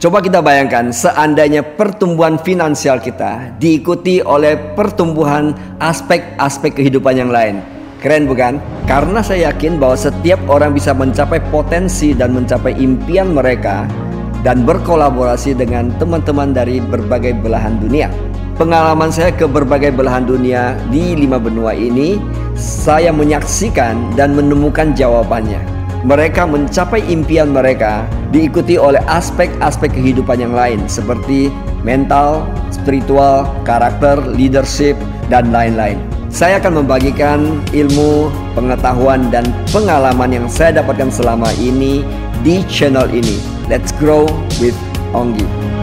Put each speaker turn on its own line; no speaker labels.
Coba kita bayangkan seandainya pertumbuhan finansial kita diikuti oleh pertumbuhan aspek-aspek kehidupan yang lain. Keren bukan? Karena saya yakin bahwa setiap orang bisa mencapai potensi dan mencapai impian mereka dan berkolaborasi dengan teman-teman dari berbagai belahan dunia. Pengalaman saya ke berbagai belahan dunia di 5 benua ini, saya menyaksikan dan menemukan jawabannya. Mereka mencapai impian mereka diikuti oleh aspek-aspek kehidupan yang lain seperti mental, spiritual, karakter, leadership, dan lain-lain. Saya akan membagikan ilmu, pengetahuan, dan pengalaman yang saya dapatkan selama ini di channel ini. Let's grow with Onggi.